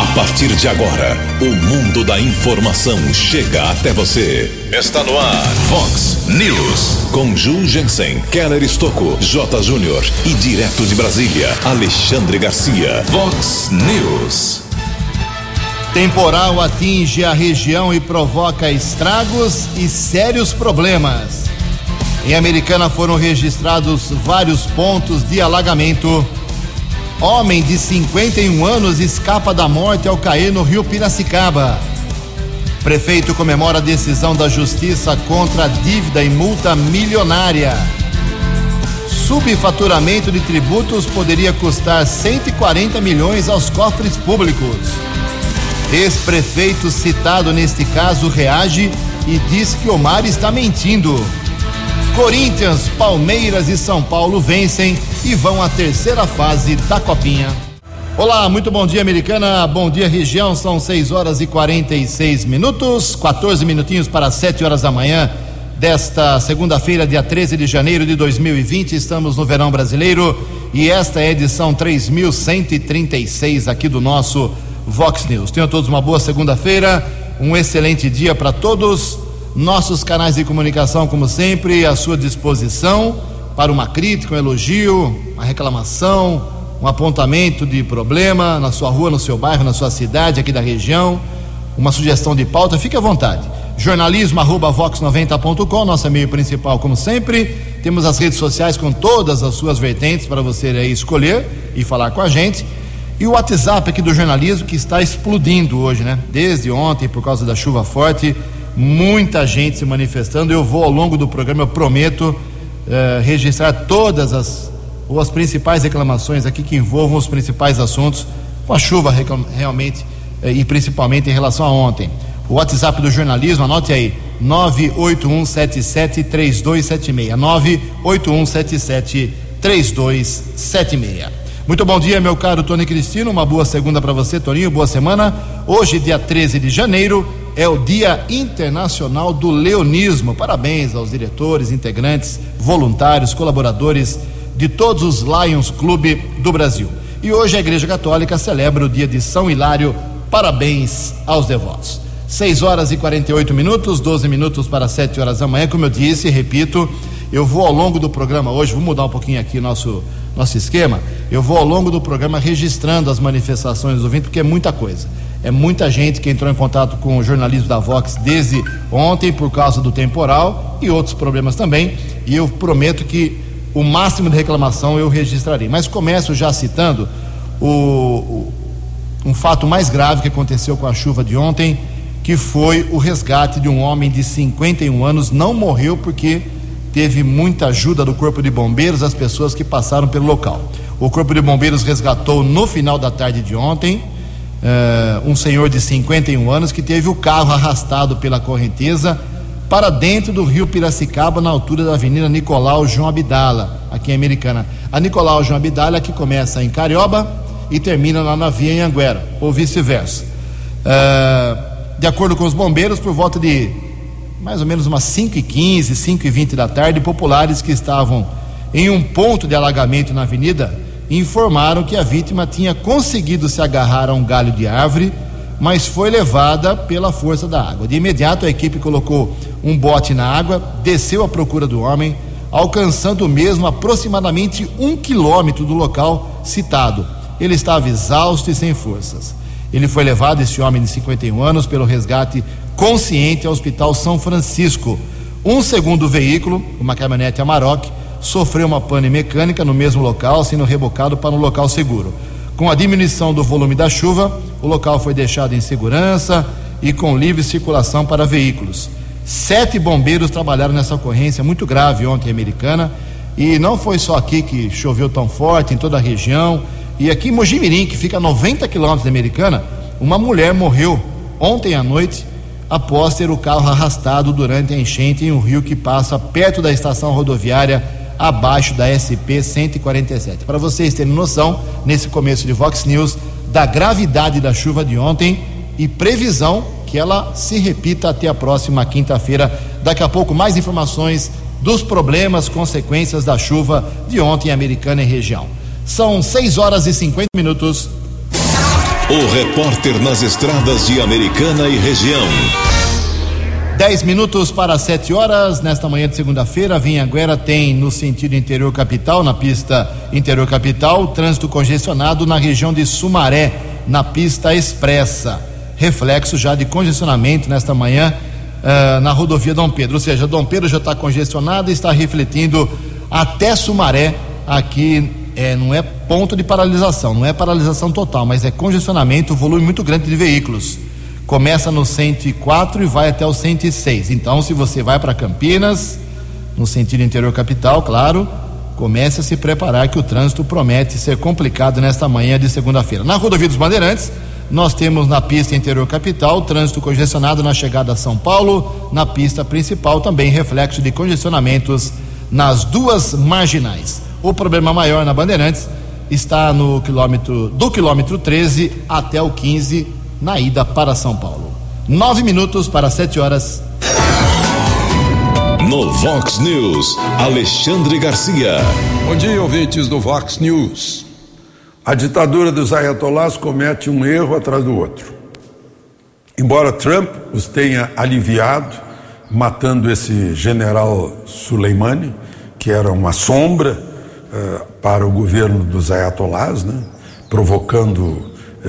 A partir de agora, o mundo da informação chega até você. Está no ar, Vox News. Com Ju Jensen, Keller Estocco, J. Júnior e direto de Brasília, Alexandre Garcia. Vox News. Temporal atinge a região e provoca estragos e sérios problemas. Em Americana foram registrados vários pontos de alagamento. Homem de 51 anos escapa da morte ao cair no rio Piracicaba. Prefeito comemora a decisão da justiça contra a dívida e multa milionária. Subfaturamento de tributos poderia custar 140 milhões aos cofres públicos. Ex-prefeito citado neste caso reage e diz que Omar está mentindo. Corinthians, Palmeiras e São Paulo vencem e vão à terceira fase da Copinha. Olá, muito bom dia, Americana, bom dia, região. São 6 horas e 46 minutos, 14 minutinhos para 7 horas da manhã desta segunda-feira, dia 13 de janeiro de 2020. Estamos no verão brasileiro e esta é a edição 3136 aqui do nosso Vox News. Tenham todos uma boa segunda-feira, um excelente dia para todos. Nossos canais de comunicação, como sempre, à sua disposição para uma crítica, um elogio, uma reclamação, um apontamento de problema na sua rua, no seu bairro, na sua cidade, aqui da região, uma sugestão de pauta, fique à vontade. Jornalismo@vox90.com, nosso e-mail principal, como sempre. Temos as redes sociais com todas as suas vertentes para você aí escolher e falar com a gente. E o WhatsApp aqui do jornalismo, que está explodindo hoje, né? Desde ontem, por causa da chuva forte, muita gente se manifestando. Eu vou, ao longo do programa, eu prometo registrar todas as principais reclamações aqui que envolvam os principais assuntos com a chuva realmente e principalmente em relação a ontem. O WhatsApp do jornalismo, anote aí, 981773276, 981773276. Muito bom dia, meu caro Tony Cristino, uma boa segunda para você, Toninho, boa semana. Hoje, dia 13 de janeiro, é o Dia Internacional do Leonismo. Parabéns aos diretores, integrantes, voluntários, colaboradores de todos os Lions Clube do Brasil. E hoje a Igreja Católica celebra o dia de São Hilário. Parabéns aos devotos. 6 horas e 48 minutos, 12 minutos para 7 horas da manhã. Como eu disse, repito, eu vou ao longo do programa hoje, vou mudar um pouquinho aqui nosso esquema, eu vou ao longo do programa registrando as manifestações dos ouvintes, porque é muita coisa. É muita gente que entrou em contato com o jornalismo da Vox desde ontem por causa do temporal e outros problemas também, e eu prometo que o máximo de reclamação eu registrarei. Mas começo já citando um fato mais grave que aconteceu com a chuva de ontem, que foi o resgate de um homem de 51 anos. Não morreu porque teve muita ajuda do Corpo de Bombeiros, as pessoas que passaram pelo local. O Corpo de Bombeiros resgatou no final da tarde de ontem um senhor de 51 anos que teve o carro arrastado pela correnteza para dentro do rio Piracicaba, na altura da Avenida Nicolau João Abdala, aqui em Americana. A Nicolau João Abdala, que começa em Carioba e termina lá na Via Anhanguera, ou vice-versa. De acordo com os bombeiros, por volta de mais ou menos umas 5h15, 5h20 da tarde, populares que estavam em um ponto de alagamento na avenida informaram que a vítima tinha conseguido se agarrar a um galho de árvore, mas foi levada pela força da água. De imediato, a equipe colocou um bote na água, desceu à procura do homem, alcançando o mesmo aproximadamente 1 quilômetro do local citado. Ele estava exausto e sem forças. Ele foi levado, esse homem de 51 anos, pelo resgate consciente ao Hospital São Francisco. Um segundo veículo, uma caminhonete Amarok, sofreu uma pane mecânica no mesmo local, sendo rebocado para um local seguro. Com a diminuição do volume da chuva, o local foi deixado em segurança e com livre circulação para veículos. 7 bombeiros trabalharam nessa ocorrência muito grave ontem em Americana, e não foi só aqui que choveu tão forte, em toda a região. E aqui em Mojimirim, que fica a 90 quilômetros da Americana, uma mulher morreu ontem à noite após ter o carro arrastado durante a enchente em um rio que passa perto da estação rodoviária abaixo da SP 147. Para vocês terem noção, nesse começo de Vox News, da gravidade da chuva de ontem e previsão que ela se repita até a próxima quinta-feira. Daqui a pouco mais informações dos problemas, consequências da chuva de ontem em Americana e região. São 6 horas e 50 minutos. o repórter nas estradas de Americana e região. 10 minutos para 7 horas, nesta manhã de segunda-feira. Vinhaguera tem no sentido interior capital, na pista interior capital, trânsito congestionado na região de Sumaré, na pista expressa. Reflexo já de congestionamento nesta manhã na rodovia Dom Pedro, ou seja, Dom Pedro já está congestionado e está refletindo até Sumaré. Aqui não é ponto de paralisação, não é paralisação total, mas é congestionamento, volume muito grande de veículos. Começa no 104 e vai até o 106. Então, se você vai para Campinas, no sentido interior capital, claro, comece a se preparar que o trânsito promete ser complicado nesta manhã de segunda-feira. Na rodovia dos Bandeirantes, nós temos na pista interior capital trânsito congestionado na chegada a São Paulo. Na pista principal também reflexo de congestionamentos nas duas marginais. O problema maior na Bandeirantes está do quilômetro 13 até o 15, na ida para São Paulo. 9 minutos para 7 horas. No Vox News, Alexandre Garcia. Bom dia, ouvintes do Vox News. A ditadura dos ayatolás comete um erro atrás do outro. Embora Trump os tenha aliviado, matando esse general Soleimani, que era uma sombra para o governo dos ayatolás, né? Provocando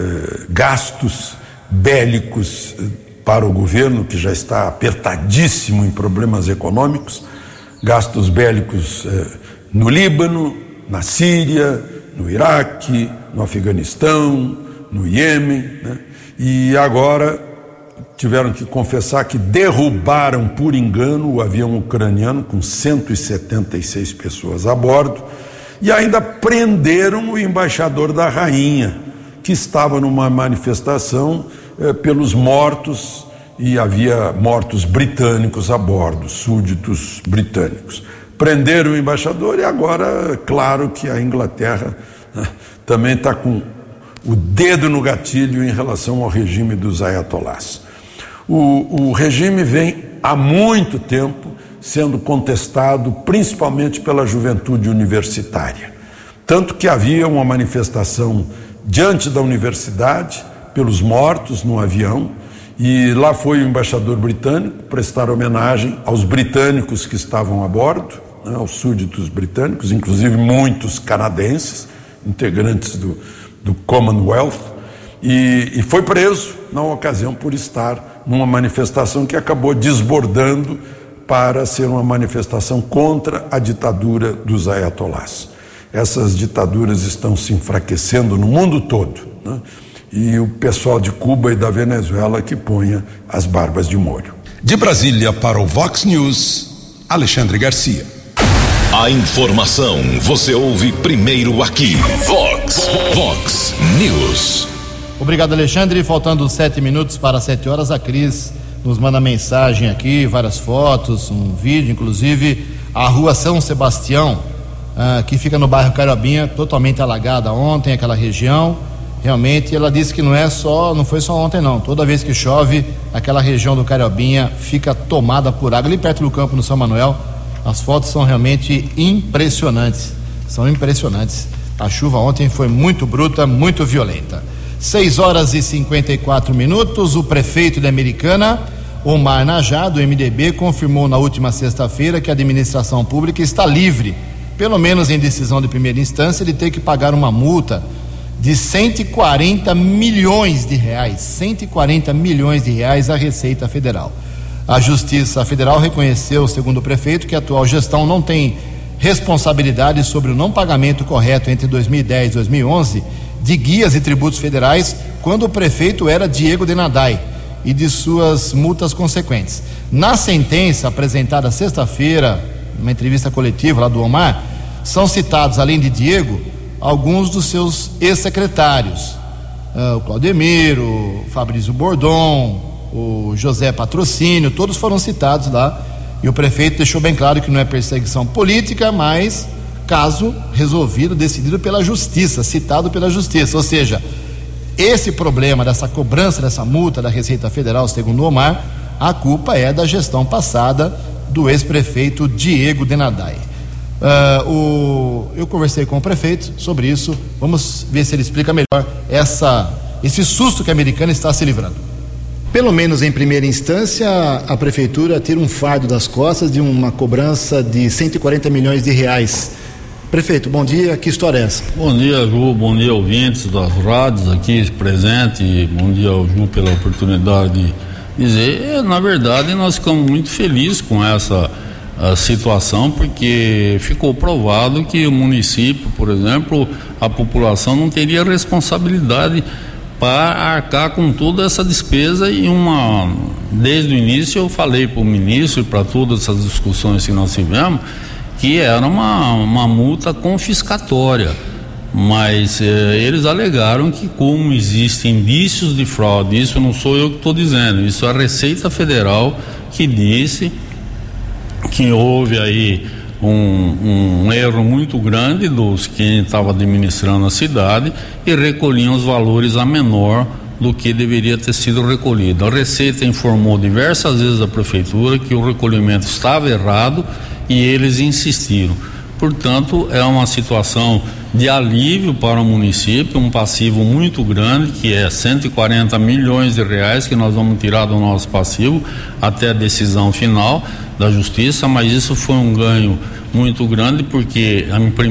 gastos bélicos para o governo, que já está apertadíssimo em problemas econômicos, gastos bélicos no Líbano, na Síria, no Iraque, no Afeganistão, no Iêmen, né? E agora tiveram que confessar que derrubaram por engano o avião ucraniano com 176 pessoas a bordo e ainda prenderam o embaixador da rainha, que estava numa manifestação pelos mortos, e havia mortos britânicos a bordo, súditos britânicos. Prenderam o embaixador e agora, claro que a Inglaterra também está com o dedo no gatilho em relação ao regime dos ayatolás. O regime vem há muito tempo sendo contestado, principalmente pela juventude universitária. Tanto que havia uma manifestação diante da universidade, pelos mortos no avião, e lá foi o embaixador britânico prestar homenagem aos britânicos que estavam a bordo, né, aos súditos britânicos, inclusive muitos canadenses, integrantes do Commonwealth, e foi preso na ocasião por estar numa manifestação que acabou desbordando para ser uma manifestação contra a ditadura dos ayatolás. Essas ditaduras estão se enfraquecendo no mundo todo, né? E o pessoal de Cuba e da Venezuela que ponha as barbas de molho. De Brasília para o Vox News, Alexandre Garcia. A informação você ouve primeiro aqui. Vox News. Obrigado, Alexandre. Faltando 7 minutos para 7 horas, a Cris nos manda mensagem aqui, várias fotos, um vídeo, inclusive a rua São Sebastião, que fica no bairro Cariobinha, totalmente alagada ontem, aquela região. Realmente, ela disse que não foi só ontem não, toda vez que chove, aquela região do Cariobinha fica tomada por água, ali perto do campo no São Manuel. As fotos são realmente impressionantes, a chuva ontem foi muito bruta, muito violenta. 6 horas e 54 minutos, o prefeito de Americana, Omar Najá, do MDB, confirmou na última sexta-feira que a administração pública está livre, pelo menos em decisão de primeira instância, de ter que pagar uma multa de 140 milhões de reais, 140 milhões de reais à Receita Federal. A Justiça Federal reconheceu, segundo o prefeito, que a atual gestão não tem responsabilidade sobre o não pagamento correto entre 2010 e 2011 de guias e tributos federais, quando o prefeito era Diego Denadai, e de suas multas consequentes. Na sentença apresentada sexta-feira, numa entrevista coletiva lá do Omar, são citados, além de Diego, alguns dos seus ex-secretários, o Claudemiro, o Fabrício Bordon, o José Patrocínio, todos foram citados lá, e o prefeito deixou bem claro que não é perseguição política, mas caso resolvido, decidido pela justiça, citado pela justiça, ou seja, esse problema dessa cobrança dessa multa da Receita Federal, segundo o Omar, a culpa é da gestão passada do ex-prefeito Diego Denadai. Eu conversei com o prefeito sobre isso, vamos ver se ele explica melhor esse susto que a Americana está se livrando. Pelo menos em primeira instância, a prefeitura tira um fardo das costas de uma cobrança de 140 milhões de reais. Prefeito, bom dia, que história é essa? Bom dia, Ju, bom dia, ouvintes das rádios aqui presentes, bom dia ao Ju pela oportunidade de dizer. Na verdade, nós ficamos muito felizes com essa situação, porque ficou provado que o município, por exemplo, a população não teria responsabilidade para arcar com toda essa despesa desde o início eu falei para o ministro e para todas essas discussões que nós tivemos que era uma multa confiscatória, mas eles alegaram que como existem indícios de fraude, isso não sou eu que estou dizendo, isso é a Receita Federal que disse que houve aí um erro muito grande dos quem estava administrando a cidade e recolhiam os valores a menor do que deveria ter sido recolhido. A Receita informou diversas vezes a prefeitura que o recolhimento estava errado e eles insistiram. Portanto, é uma situação de alívio para o município, um passivo muito grande, que é 140 milhões de reais que nós vamos tirar do nosso passivo até a decisão final da Justiça, mas isso foi um ganho muito grande, porque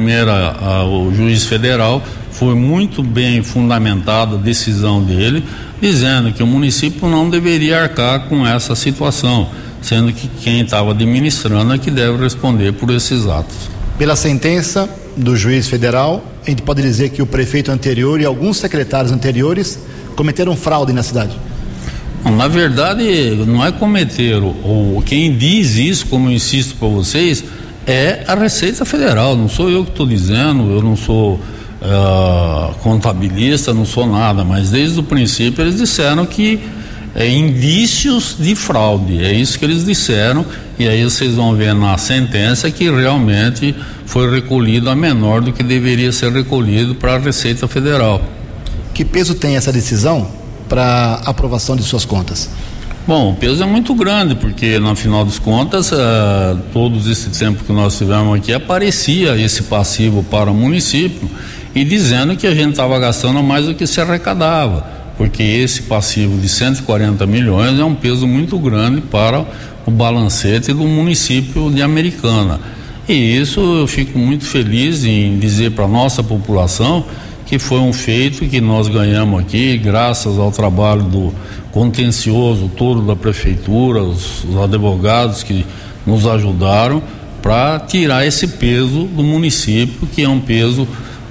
o juiz federal foi muito bem fundamentada a decisão dele, dizendo que o município não deveria arcar com essa situação, sendo que quem estava administrando é que deve responder por esses atos. Pela sentença do juiz federal, a gente pode dizer que o prefeito anterior e alguns secretários anteriores cometeram fraude na cidade. Na verdade, não é cometeram, ou quem diz isso, como eu insisto para vocês, é a Receita Federal, não sou eu que estou dizendo, eu não sou contabilista, não sou nada, mas desde o princípio eles disseram que indícios de fraude, é isso que eles disseram, e aí vocês vão ver na sentença que realmente foi recolhido a menor do que deveria ser recolhido para a Receita Federal. Que peso tem essa decisão para aprovação de suas contas? Bom, o peso é muito grande, porque no final das contas, todo esse tempo que nós tivemos aqui, aparecia esse passivo para o município e dizendo que a gente estava gastando mais do que se arrecadava, porque esse passivo de 140 milhões é um peso muito grande para o balancete do município de Americana. E isso eu fico muito feliz em dizer para a nossa população que foi um feito que nós ganhamos aqui, graças ao trabalho do contencioso todo da prefeitura, os advogados que nos ajudaram para tirar esse peso do município, que é um peso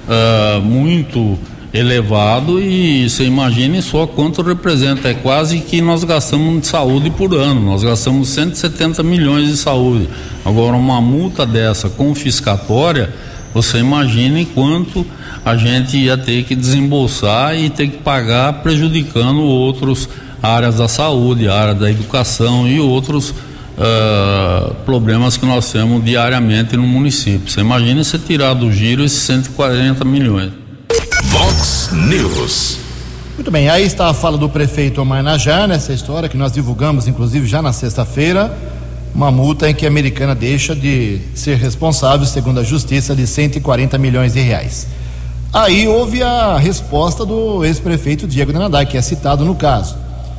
muito elevado, e você imagine só quanto representa, é quase que nós gastamos de saúde por ano, nós gastamos 170 milhões de saúde. Agora, uma multa dessa confiscatória, você imagine quanto a gente ia ter que desembolsar e ter que pagar, prejudicando outras áreas da saúde, a área da educação e outros problemas que nós temos diariamente no município. Você imagina você tirar do giro esses 140 milhões. Vox News. Muito bem, aí está a fala do prefeito Omar Najjar nessa história que nós divulgamos inclusive já na sexta-feira, uma multa em que a Americana deixa de ser responsável, segundo a Justiça, de 140 milhões de reais. Aí houve a resposta do ex-prefeito Diego Denadai, que é citado no caso.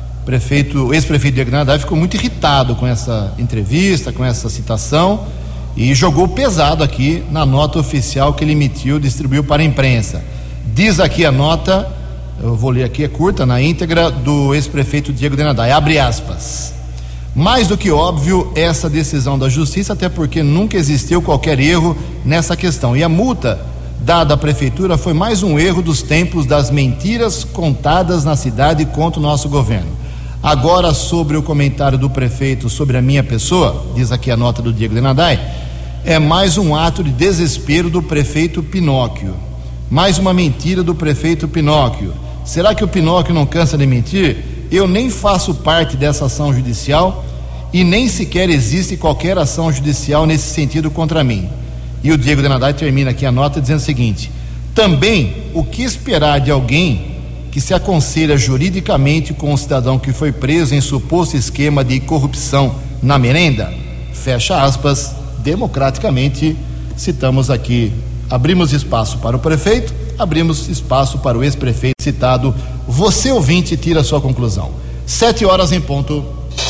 O ex-prefeito Diego Denadai ficou muito irritado com essa entrevista, com essa citação, e jogou pesado aqui na nota oficial que ele emitiu, distribuiu para a imprensa. Diz aqui a nota, eu vou ler aqui, é curta, na íntegra, do ex-prefeito Diego Denadai, abre aspas: mais do que óbvio essa decisão da Justiça, até porque nunca existiu qualquer erro nessa questão, e a multa dada à prefeitura foi mais um erro dos tempos das mentiras contadas na cidade contra o nosso governo. Agora, sobre o comentário do prefeito sobre a minha pessoa, diz aqui a nota do Diego Denadai, é mais um ato de desespero do prefeito Pinóquio, mais uma mentira do prefeito Pinóquio. Será que o Pinóquio não cansa de mentir? Eu nem faço parte dessa ação judicial e nem sequer existe qualquer ação judicial nesse sentido contra mim. E o Diego Denadai termina aqui a nota dizendo o seguinte: também, o que esperar de alguém que se aconselha juridicamente com um cidadão que foi preso em suposto esquema de corrupção na merenda? Fecha aspas, democraticamente, citamos aqui, abrimos espaço para o prefeito abrimos espaço para o ex-prefeito citado. Você, ouvinte, tira a sua conclusão. 7h em ponto.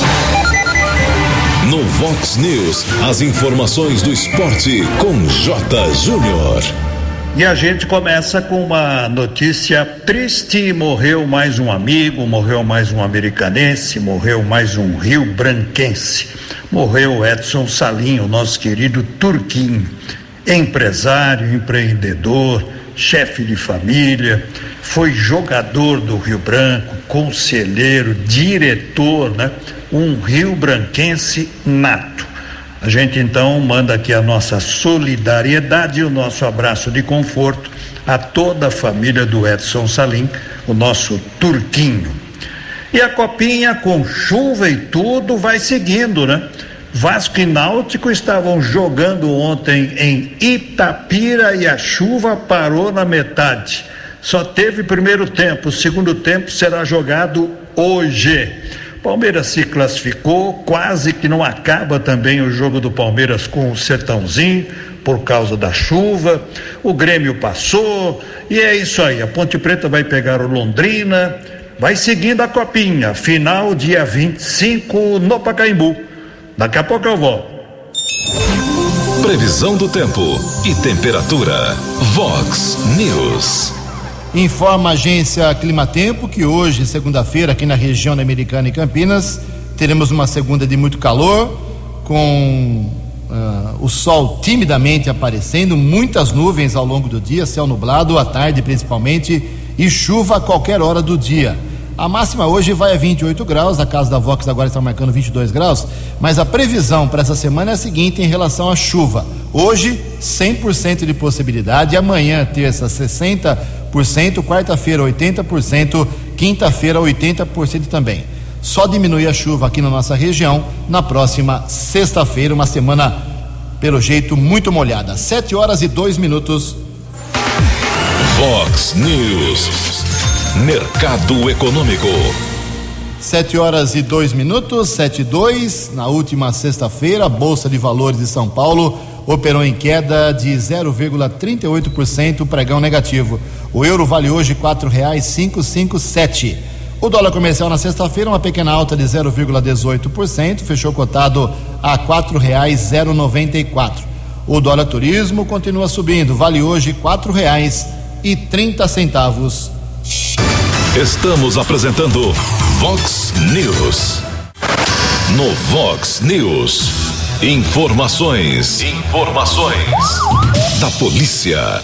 No Vox News, as informações do esporte com J. Júnior. E a gente começa com uma notícia triste: morreu mais um amigo, morreu mais um americanense, morreu mais um rio-branquense. Morreu Edson Salim, o nosso querido Turquinho, empresário, empreendedor, chefe de família, foi jogador do Rio Branco, conselheiro, diretor, né? Um rio-branquense nato. A gente então manda aqui a nossa solidariedade e o nosso abraço de conforto a toda a família do Edson Salim, o nosso Turquinho. E a copinha, com chuva e tudo, vai seguindo, né? Vasco e Náutico estavam jogando ontem em Itapira e a chuva parou na metade. Só teve primeiro tempo, o segundo tempo será jogado hoje. Palmeiras se classificou, quase que não acaba também o jogo do Palmeiras com o Sertãozinho, por causa da chuva. O Grêmio passou, e é isso aí, a Ponte Preta vai pegar o Londrina, vai seguindo a copinha, final dia 25 no Pacaembu. Daqui a pouco eu volto. Previsão do tempo e temperatura. Vox News. Informa a agência Climatempo que hoje, segunda-feira, aqui na região da Americana e Campinas, teremos uma segunda de muito calor, com o sol timidamente aparecendo, muitas nuvens ao longo do dia, céu nublado, à tarde principalmente, e chuva a qualquer hora do dia. A máxima hoje vai a 28 graus, a casa da Vox agora está marcando 22 graus, mas a previsão para essa semana é a seguinte em relação à chuva. Hoje, 100% de possibilidade, amanhã, terça, 60%, quarta-feira, 80%, quinta-feira, 80% também. Só diminui a chuva aqui na nossa região na próxima sexta-feira, uma semana, pelo jeito, muito molhada. 7h02. Vox News. Mercado Econômico. 7h02, 7h02. Na última sexta-feira, a Bolsa de Valores de São Paulo operou em queda de 0,38%, pregão negativo. O euro vale hoje R$4,557. O dólar comercial na sexta-feira, uma pequena alta de 0,18%, fechou cotado a R$4,094. O dólar turismo continua subindo, vale hoje R$4,30. Estamos apresentando Vox News. No Vox News, informações da polícia.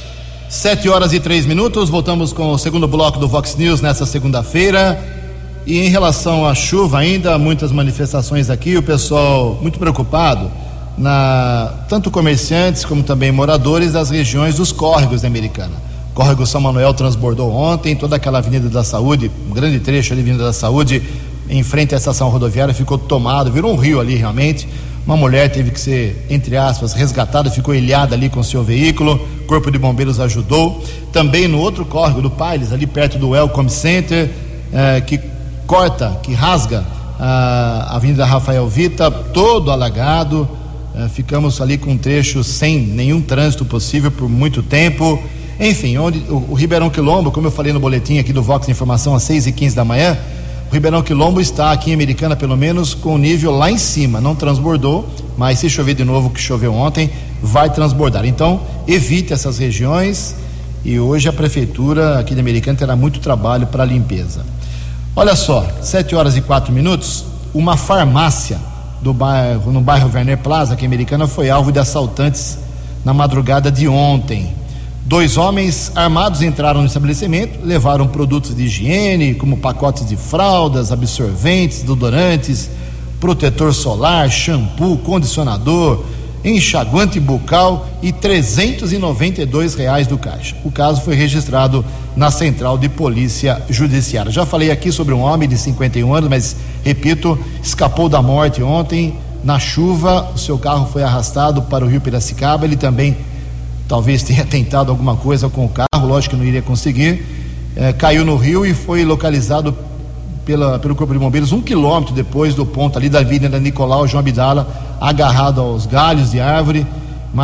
7h03, voltamos com o segundo bloco do Vox News nessa segunda-feira. E em relação à chuva ainda, muitas manifestações aqui, o pessoal muito preocupado, tanto comerciantes como também moradores das regiões dos córregos da Americana. O córrego São Manuel transbordou ontem, toda aquela Avenida da Saúde, um grande trecho ali, Avenida da Saúde, em frente à estação rodoviária, ficou tomado, virou um rio ali realmente. Uma mulher teve que ser, entre aspas, resgatada, ficou ilhada ali com seu veículo, o Corpo de Bombeiros ajudou. Também no outro córrego do Pailes, ali perto do Welcome Center, que rasga a Avenida Rafael Vita, todo alagado. Ficamos ali com um trecho sem nenhum trânsito possível por muito tempo. Enfim, onde o Ribeirão Quilombo, como eu falei no boletim aqui do Vox Informação às 6h15 da manhã, o Ribeirão Quilombo está aqui em Americana pelo menos com o nível lá em cima, não transbordou, mas se chover de novo, que choveu ontem, vai transbordar. Então, evite essas regiões, e hoje a prefeitura aqui de Americana terá muito trabalho para a limpeza. Olha só, 7h04, uma farmácia no bairro Werner Plaza, aqui em Americana, foi alvo de assaltantes na madrugada de ontem. 2 homens armados entraram no estabelecimento, levaram produtos de higiene, como pacotes de fraldas, absorventes, desodorantes, protetor solar, shampoo, condicionador, enxaguante bucal e R$392 do caixa. O caso foi registrado na Central de Polícia Judiciária. Já falei aqui sobre um homem de 51 anos, mas, repito, escapou da morte ontem na chuva. O seu carro foi arrastado para o Rio Piracicaba. Ele também talvez tenha tentado alguma coisa com o carro, lógico que não iria conseguir, caiu no rio e foi localizado pelo Corpo de Bombeiros 1 quilômetro depois do ponto ali da Avenida Nicolau João Abdala, agarrado aos galhos de árvore, mas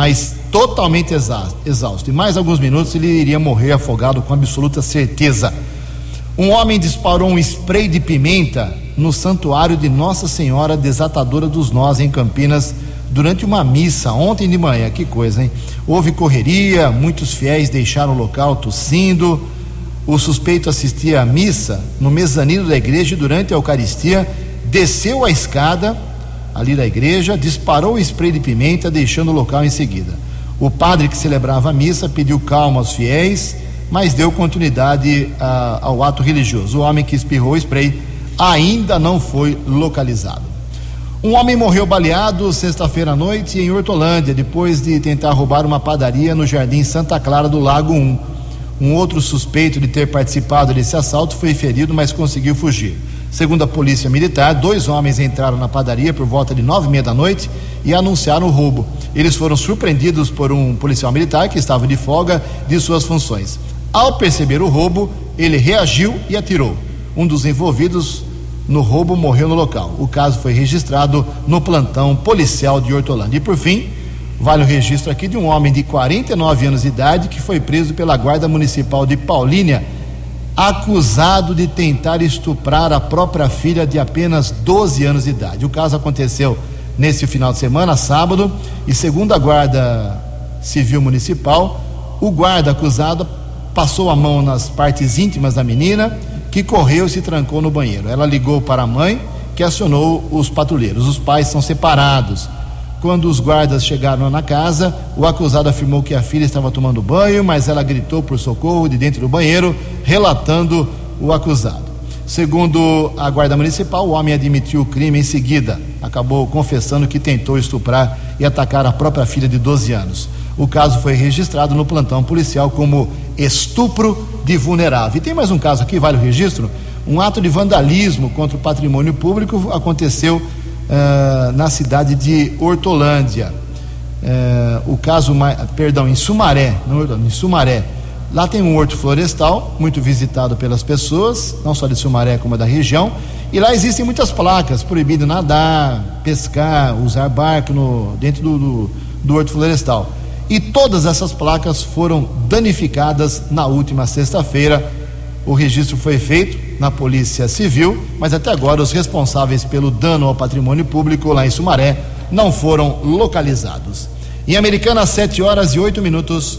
totalmente exausto. Em mais alguns minutos ele iria morrer afogado com absoluta certeza. Um homem disparou um spray de pimenta no santuário de Nossa Senhora Desatadora dos Nós, em Campinas, durante uma missa ontem de manhã. Que coisa, hein? Houve correria, muitos fiéis deixaram o local tossindo. O suspeito assistia à missa no mezanino da igreja e durante a Eucaristia desceu a escada ali da igreja, disparou o spray de pimenta, deixando o local em seguida. O padre que celebrava a missa pediu calma aos fiéis, mas deu continuidade ao ato religioso. O homem que espirrou o spray ainda não foi localizado. Um homem morreu baleado sexta-feira à noite em Hortolândia, depois de tentar roubar uma padaria no Jardim Santa Clara do Lago 1. Um outro suspeito de ter participado desse assalto foi ferido, mas conseguiu fugir. Segundo a polícia militar, 2 homens entraram na padaria por volta de 9h30 da noite e anunciaram o roubo. Eles foram surpreendidos por um policial militar que estava de folga de suas funções. Ao perceber o roubo, ele reagiu e atirou. Um dos envolvidos no roubo morreu no local. O caso foi registrado no plantão policial de Hortolândia. E por fim, vale o registro aqui de um homem de 49 anos de idade que foi preso pela Guarda Municipal de Paulínia, acusado de tentar estuprar a própria filha de apenas 12 anos de idade. O caso aconteceu nesse final de semana, sábado, e segundo a Guarda Civil Municipal, o guarda acusado passou a mão nas partes íntimas da menina, que correu e se trancou no banheiro. Ela ligou para a mãe, que acionou os patrulheiros. Os pais são separados. Quando os guardas chegaram na casa, o acusado afirmou que a filha estava tomando banho, mas ela gritou por socorro de dentro do banheiro, relatando o acusado. Segundo a Guarda Municipal, o homem admitiu o crime em seguida. Acabou confessando que tentou estuprar e atacar a própria filha de 12 anos. O caso foi registrado no plantão policial como estupro de vulnerável. E tem mais um caso aqui, vale o registro? Um ato de vandalismo contra o patrimônio público aconteceu na cidade de Hortolândia. O caso, em Sumaré, em Sumaré. Lá tem um horto florestal muito visitado pelas pessoas, não só de Sumaré como da região, e lá existem muitas placas: proibido nadar, pescar, usar barco dentro do horto florestal. E todas essas placas foram danificadas na última sexta-feira. O registro foi feito na Polícia Civil, mas até agora os responsáveis pelo dano ao patrimônio público lá em Sumaré não foram localizados. Em Americana, 7h08.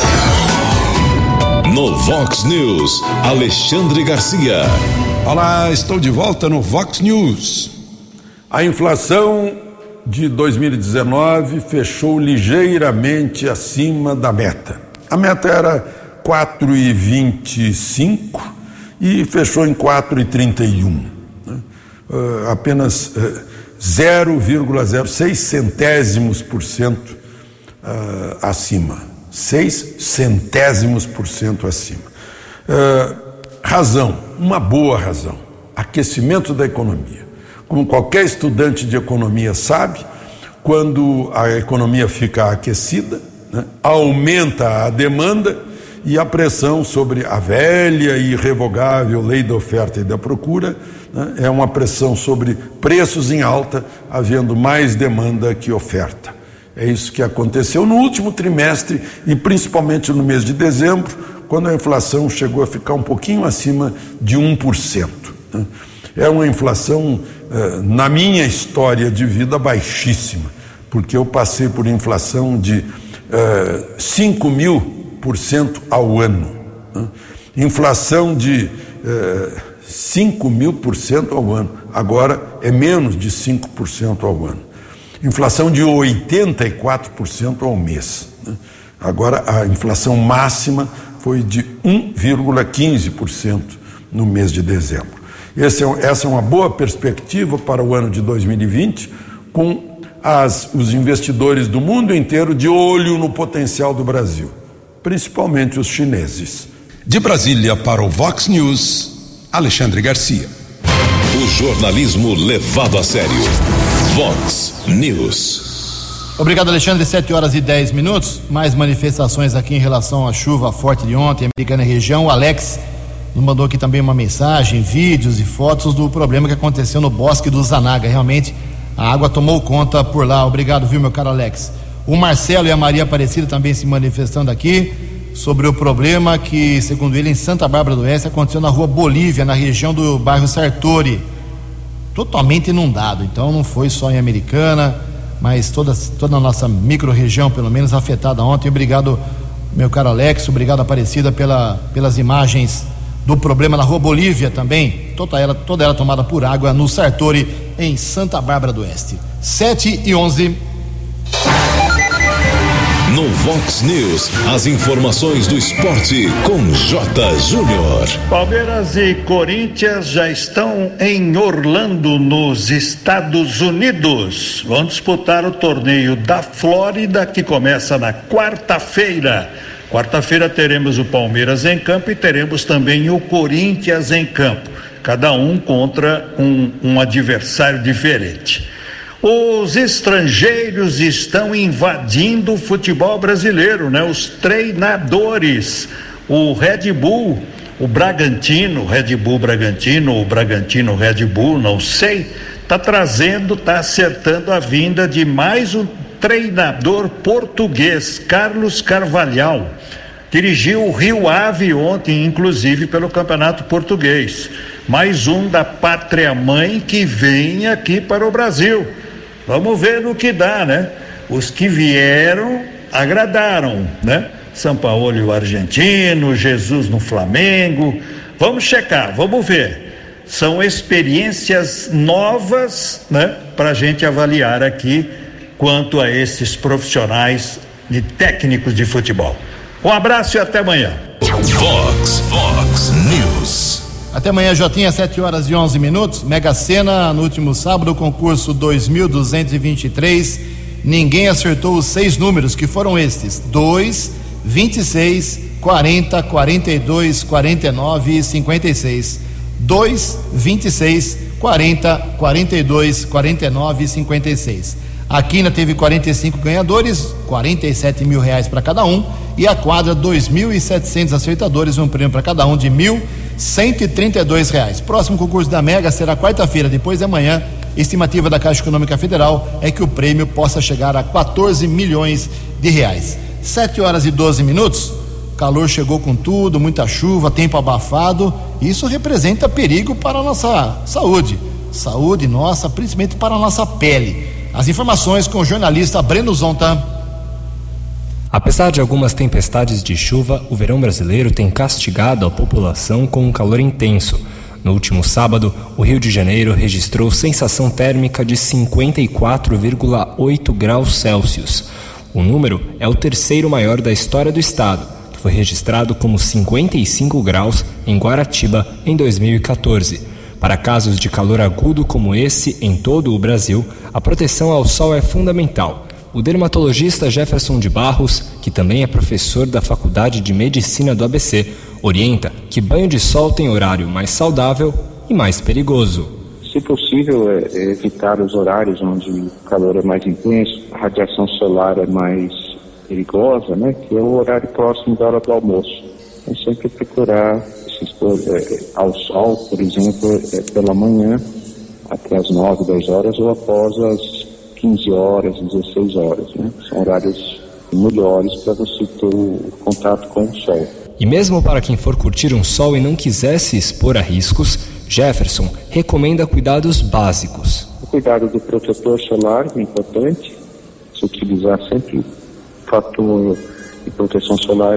No Vox News, Alexandre Garcia. Olá, estou de volta no Vox News. A inflação de 2019 fechou ligeiramente acima da meta. A meta era 4,25 e fechou em 4,31, né? Apenas 0,06 centésimos% acima. 6 centésimos% acima. Razão, uma boa razão: aquecimento da economia. Como qualquer estudante de economia sabe, quando a economia fica aquecida, né, aumenta a demanda e a pressão sobre a velha e irrevogável lei da oferta e da procura, né, é uma pressão sobre preços em alta, havendo mais demanda que oferta. É isso que aconteceu no último trimestre e principalmente no mês de dezembro, quando a inflação chegou a ficar um pouquinho acima de 1%. Né? É uma inflação, na minha história de vida, baixíssima, porque eu passei por inflação de 5.000% ao ano, né? Inflação de 5.000% ao ano, agora é menos de 5% ao ano. Inflação de 84% ao mês, né? Agora a inflação máxima foi de 1,15% no mês de dezembro. Essa é uma boa perspectiva para o ano de 2020, com os investidores do mundo inteiro de olho no potencial do Brasil, principalmente os chineses. De Brasília para o Vox News, Alexandre Garcia. O jornalismo levado a sério. Vox News. Obrigado, Alexandre. 7h10. Mais manifestações aqui em relação à chuva forte de ontem, Americana e região. O Alex nos mandou aqui também uma mensagem, vídeos e fotos do problema que aconteceu no Bosque do Zanaga. Realmente a água tomou conta por lá. Obrigado, viu, meu caro Alex? O Marcelo e a Maria Aparecida também se manifestando aqui sobre o problema que, segundo ele, em Santa Bárbara do Oeste aconteceu na rua Bolívia, na região do bairro Sartori, totalmente inundado. Então não foi só em Americana, mas toda a nossa micro-região, pelo menos, afetada ontem. Obrigado, meu caro Alex, obrigado, Aparecida, pelas imagens do problema na rua Bolívia também, toda ela tomada por água no Sartori, em Santa Bárbara do Oeste. 7:11. No Vox News, as informações do esporte com J. Júnior. Palmeiras e Corinthians já estão em Orlando, nos Estados Unidos. Vão disputar o torneio da Flórida, que começa na quarta-feira. Quarta-feira teremos o Palmeiras em campo e teremos também o Corinthians em campo, cada um contra um adversário diferente. Os estrangeiros estão invadindo o futebol brasileiro, né? Os treinadores, o Red Bull, o Bragantino, Red Bull Bragantino, o Bragantino Red Bull, não sei, está acertando a vinda de mais um treinador português, Carlos Carvalhal. Dirigiu o Rio Ave ontem, inclusive pelo Campeonato Português. Mais um da pátria mãe que vem aqui para o Brasil. Vamos ver no que dá, né? Os que vieram agradaram, né? Sampaoli, o argentino, Jesus no Flamengo. Vamos checar, vamos ver. São experiências novas, né? Para a gente avaliar aqui quanto a esses profissionais de técnicos de futebol. Um abraço e até amanhã. Vox News. Até amanhã, Jotinha, 7:11. Mega Sena, no último sábado, concurso 2.223. Ninguém acertou os 6 números, que foram estes: 2, 26, 40, 42, 49 e 56. 2, 26, 40, 42, 49 e 56. A Quina teve 45 ganhadores, R$47 mil para cada um, e a quadra 2.700 acertadores, um prêmio para cada um de R$1.132. Próximo concurso da Mega será quarta-feira, depois de amanhã. Estimativa da Caixa Econômica Federal é que o prêmio possa chegar a R$14 milhões. 7:12. Calor chegou com tudo, muita chuva, tempo abafado. Isso representa perigo para a nossa saúde nossa, principalmente para a nossa pele. As informações com o jornalista Breno Zonta. Apesar de algumas tempestades de chuva, o verão brasileiro tem castigado a população com um calor intenso. No último sábado, o Rio de Janeiro registrou sensação térmica de 54,8 graus Celsius. O número é o terceiro maior da história do estado, que foi registrado como 55 graus em Guaratiba em 2014. Para casos de calor agudo como esse em todo o Brasil, a proteção ao sol é fundamental. O dermatologista Jefferson de Barros, que também é professor da Faculdade de Medicina do ABC, orienta que banho de sol tem horário mais saudável e mais perigoso. Se possível, evitar os horários onde o calor é mais intenso, a radiação solar é mais perigosa, né? Que é o horário próximo da hora do almoço. Então, sempre procurar se expor ao sol, por exemplo, pela manhã, até as 9, 10 horas, ou após as 15 horas, 16 horas, né? São horários melhores para você ter o contato com o sol. E mesmo para quem for curtir um sol e não quiser se expor a riscos, Jefferson recomenda cuidados básicos. O cuidado do protetor solar é importante, se utilizar sempre fator de proteção solar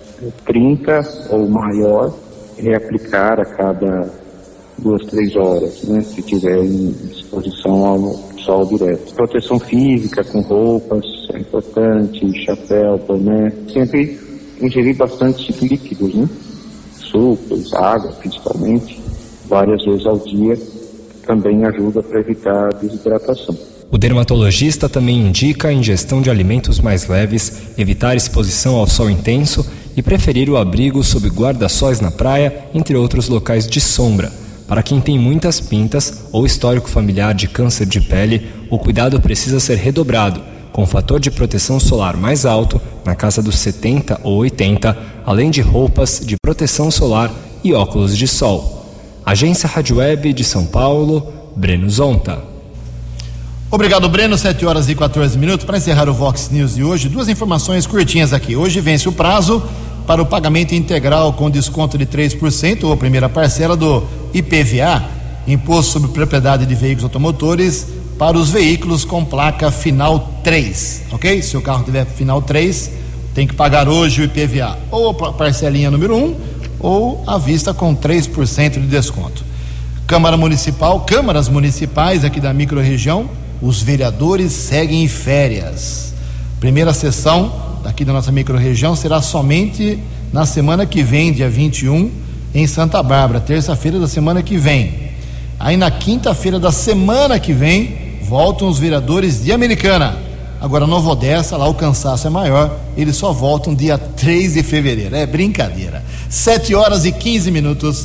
30 ou maior, reaplicar a cada 2, 3 horas, né, se tiver em exposição ao sol direto. Proteção física com roupas é importante, chapéu, boné. Sempre ingerir bastante líquidos, né? Sucos, água principalmente, várias vezes ao dia, também ajuda para evitar a desidratação. O dermatologista também indica a ingestão de alimentos mais leves, evitar exposição ao sol intenso e preferir o abrigo sob guarda-sóis na praia, entre outros locais de sombra. Para quem tem muitas pintas ou histórico familiar de câncer de pele, o cuidado precisa ser redobrado, com fator de proteção solar mais alto, na casa dos 70 ou 80, além de roupas de proteção solar e óculos de sol. Agência Rádio Web de São Paulo, Breno Zonta. Obrigado, Breno. 7h14. Para encerrar o Vox News de hoje, 2 informações curtinhas aqui. Hoje vence o prazo para o pagamento integral com desconto de 3%, ou a primeira parcela do IPVA, Imposto sobre Propriedade de Veículos Automotores, para os veículos com placa final 3, ok? Se o carro tiver final 3, tem que pagar hoje o IPVA, ou a parcelinha número 1, ou à vista com 3% de desconto. Câmaras municipais aqui da microrregião, os vereadores seguem em férias. Primeira sessão aqui da nossa microrregião será somente na semana que vem, dia 21, em Santa Bárbara, terça-feira da semana que vem. Aí na quinta-feira da semana que vem, voltam os vereadores de Americana. Agora Nova Odessa, lá o cansaço é maior, eles só voltam dia 3 de fevereiro. É brincadeira. 7h15.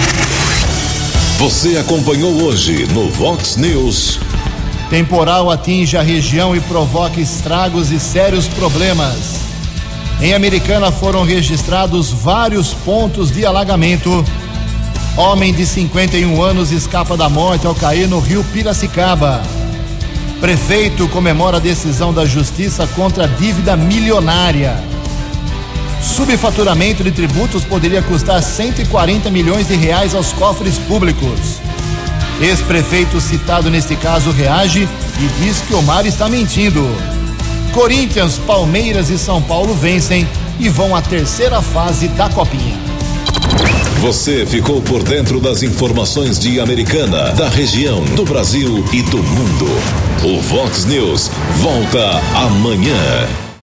Você acompanhou hoje no Vox News. Temporal atinge a região e provoca estragos e sérios problemas. Em Americana foram registrados vários pontos de alagamento. Homem de 51 anos escapa da morte ao cair no rio Piracicaba. Prefeito comemora a decisão da justiça contra a dívida milionária. Subfaturamento de tributos poderia custar 140 milhões de reais aos cofres públicos. Ex-prefeito citado neste caso reage e diz que Omar está mentindo. Corinthians, Palmeiras e São Paulo vencem e vão à terceira fase da Copinha. Você ficou por dentro das informações de Americana, da região, do Brasil e do mundo. O Vox News volta amanhã.